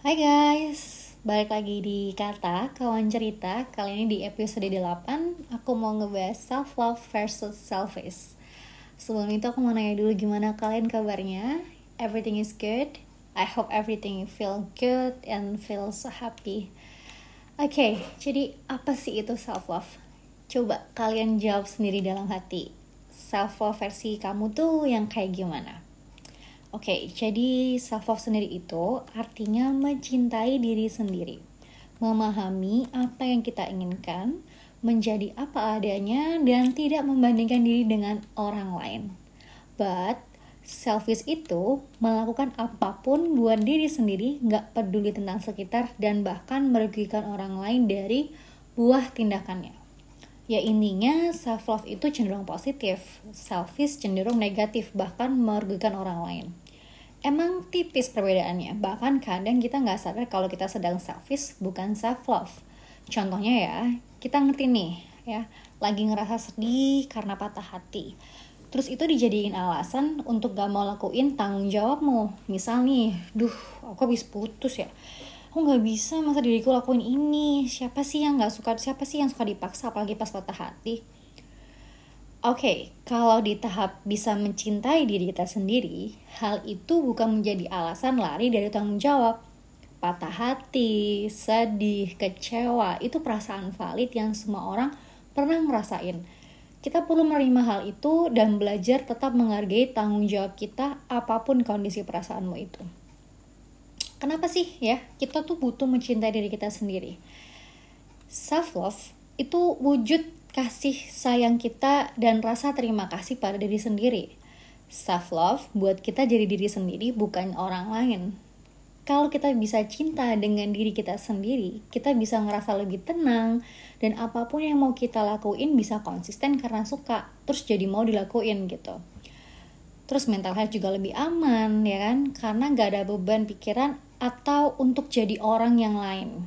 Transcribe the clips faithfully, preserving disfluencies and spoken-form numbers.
Hai guys, balik lagi di Kata Kawan Cerita. Kali ini di episode delapan, aku mau ngebahas self-love versus selfish. Sebelum itu aku mau nanya dulu gimana kalian kabarnya. Everything is good. I hope everything feel good and feel so happy. Oke, okay, jadi apa sih itu self-love? Coba kalian jawab sendiri dalam hati. Self-love versi kamu tuh yang kayak gimana? Oke, okay, jadi self-love sendiri itu artinya mencintai diri sendiri, memahami apa yang kita inginkan, menjadi apa adanya, dan tidak membandingkan diri dengan orang lain. But, selfish itu melakukan apapun buat diri sendiri, gak peduli tentang sekitar, dan bahkan merugikan orang lain dari buah tindakannya. Ya intinya self-love itu cenderung positif, selfish cenderung negatif, bahkan merugikan orang lain. Emang tipis perbedaannya, bahkan kadang kita gak sadar kalau kita sedang selfish, bukan self-love. Contohnya ya, kita ngerti nih, ya, lagi ngerasa sedih karena patah hati. Terus itu dijadiin alasan untuk gak mau lakuin tanggung jawabmu. Misal nih, duh, aku habis putus ya. Aku gak bisa masa diriku lakuin ini. Siapa sih yang gak suka, siapa sih yang suka dipaksa, apalagi pas patah hati. Oke, okay, kalau di tahap bisa mencintai diri kita sendiri, hal itu bukan menjadi alasan lari dari tanggung jawab. Patah hati, sedih, kecewa, itu perasaan valid yang semua orang pernah ngerasain. Kita perlu menerima hal itu dan belajar tetap menghargai tanggung jawab kita apapun kondisi perasaanmu itu. Kenapa sih ya kita tuh butuh mencintai diri kita sendiri? Self-love itu wujud kasih sayang kita dan rasa terima kasih pada diri sendiri. Self-love buat kita jadi diri sendiri, bukan orang lain. Kalau kita bisa cinta dengan diri kita sendiri, kita bisa ngerasa lebih tenang, dan apapun yang mau kita lakuin bisa konsisten karena suka, terus jadi mau dilakuin gitu. Terus mental health juga lebih aman, ya kan? Karena gak ada beban pikiran atau untuk jadi orang yang lain.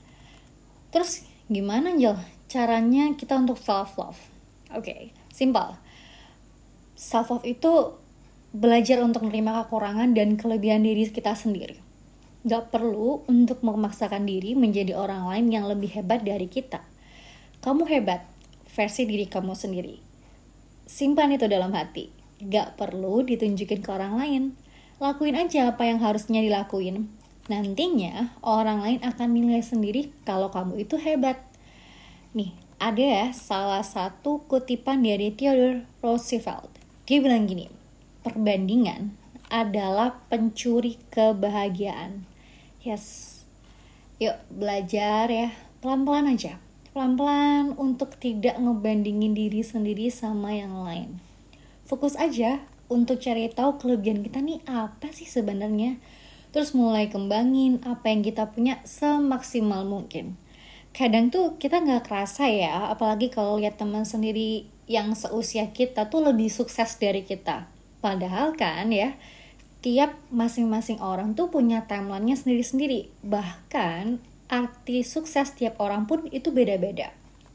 Terus gimana Jel? Caranya kita untuk self-love. Oke, okay, simple. Self-love itu belajar untuk menerima kekurangan dan kelebihan diri kita sendiri. Gak perlu untuk memaksakan diri menjadi orang lain yang lebih hebat dari kita. Kamu hebat, versi diri kamu sendiri. Simpan itu dalam hati. Gak perlu ditunjukin ke orang lain. Lakuin aja apa yang harusnya dilakuin. Nantinya orang lain akan menilai sendiri kalau kamu itu hebat. Nih, ada ya salah satu kutipan dari Theodore Roosevelt. Dia bilang gini, perbandingan adalah pencuri kebahagiaan. Yes, yuk belajar ya, pelan-pelan aja. Pelan-pelan untuk tidak ngebandingin diri sendiri sama yang lain. Fokus aja untuk cari tahu kelebihan kita nih apa sih sebenarnya. Terus mulai kembangin apa yang kita punya semaksimal mungkin. Kadang tuh kita gak kerasa ya, apalagi kalau lihat teman sendiri yang seusia kita tuh lebih sukses dari kita. Padahal kan ya, tiap masing-masing orang tuh punya timeline-nya sendiri-sendiri. Bahkan arti sukses tiap orang pun itu beda-beda.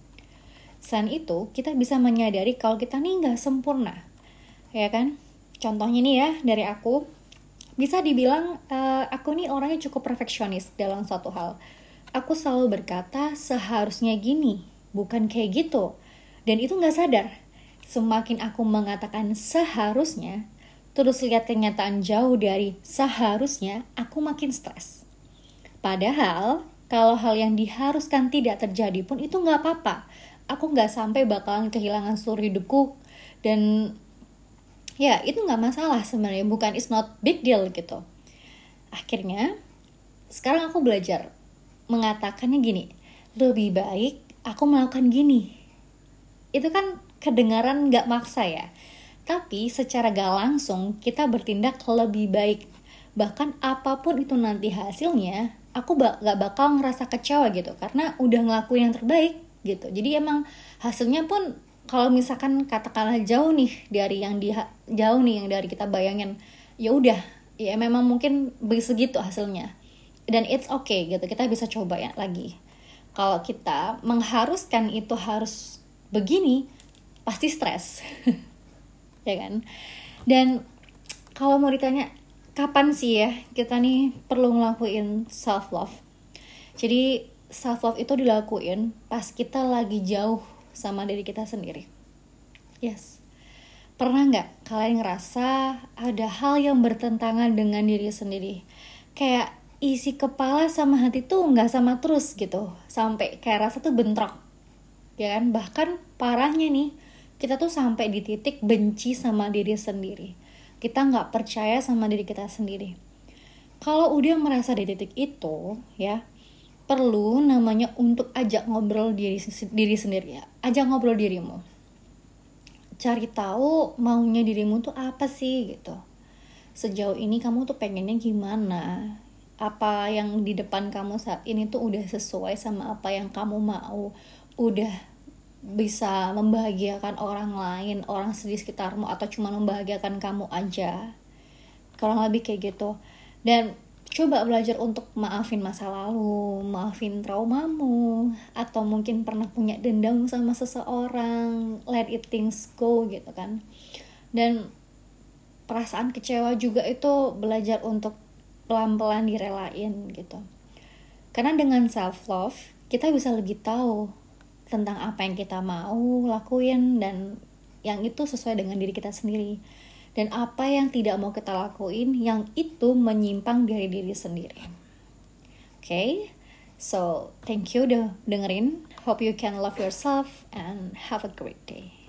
Selain itu, kita bisa menyadari kalau kita nih gak sempurna. Ya kan? Contohnya nih ya, dari aku, bisa dibilang uh, aku nih orangnya cukup perfeksionis dalam suatu hal. Aku selalu berkata seharusnya gini, bukan kayak gitu. Dan itu gak sadar. Semakin aku mengatakan seharusnya, terus lihat kenyataan jauh dari seharusnya, aku makin stres. Padahal, kalau hal yang diharuskan tidak terjadi pun itu gak apa-apa. Aku gak sampai bakalan kehilangan seluruh hidupku. Dan ya itu gak masalah sebenarnya, bukan it's not big deal gitu. Akhirnya, sekarang aku belajar mengatakannya gini, lebih baik aku melakukan gini. Itu kan kedengaran gak maksa ya. Tapi secara gak langsung kita bertindak lebih baik. Bahkan apapun itu nanti hasilnya, aku gak bakal ngerasa kecewa gitu. Karena udah ngelakuin yang terbaik gitu. Jadi emang hasilnya pun kalau misalkan katakanlah jauh nih dari yang di jauh nih yang dari kita bayangin, ya udah, ya memang mungkin begitu hasilnya. Dan it's okay gitu, kita bisa coba ya lagi. Kalau kita mengharuskan itu harus begini, pasti stres. Ya kan? Dan kalau mau ditanya, kapan sih ya kita nih perlu ngelakuin self love? Jadi self love itu dilakuin pas kita lagi jauh sama diri kita sendiri. Yes. Pernah nggak kalian ngerasa ada hal yang bertentangan dengan diri sendiri? Kayak isi kepala sama hati tuh nggak sama terus gitu, sampai kayak rasa tuh bentrok, ya kan? Bahkan parahnya nih, kita tuh sampai di titik benci sama diri sendiri. Kita nggak percaya sama diri kita sendiri. Kalau udah merasa di titik itu, ya perlu namanya untuk ajak ngobrol diri diri sendiri ya, ajak ngobrol dirimu. Cari tahu maunya dirimu tuh apa sih gitu. Sejauh ini kamu tuh pengennya gimana? Apa yang di depan kamu saat ini tuh udah sesuai sama apa yang kamu mau? Udah bisa membahagiakan orang lain, orang di sekitarmu, atau cuma membahagiakan kamu aja? Kurang lebih kayak gitu. Dan coba belajar untuk maafin masa lalu, maafin traumamu, atau mungkin pernah punya dendam sama seseorang, let it things go gitu kan. Dan perasaan kecewa juga itu belajar untuk pelan-pelan direlain gitu. Karena dengan self love, kita bisa lebih tahu tentang apa yang kita mau lakuin dan yang itu sesuai dengan diri kita sendiri. Dan apa yang tidak mau kita lakuin yang itu menyimpang dari diri sendiri. Oke, okay? So thank you udah dengerin. Hope you can love yourself and have a great day.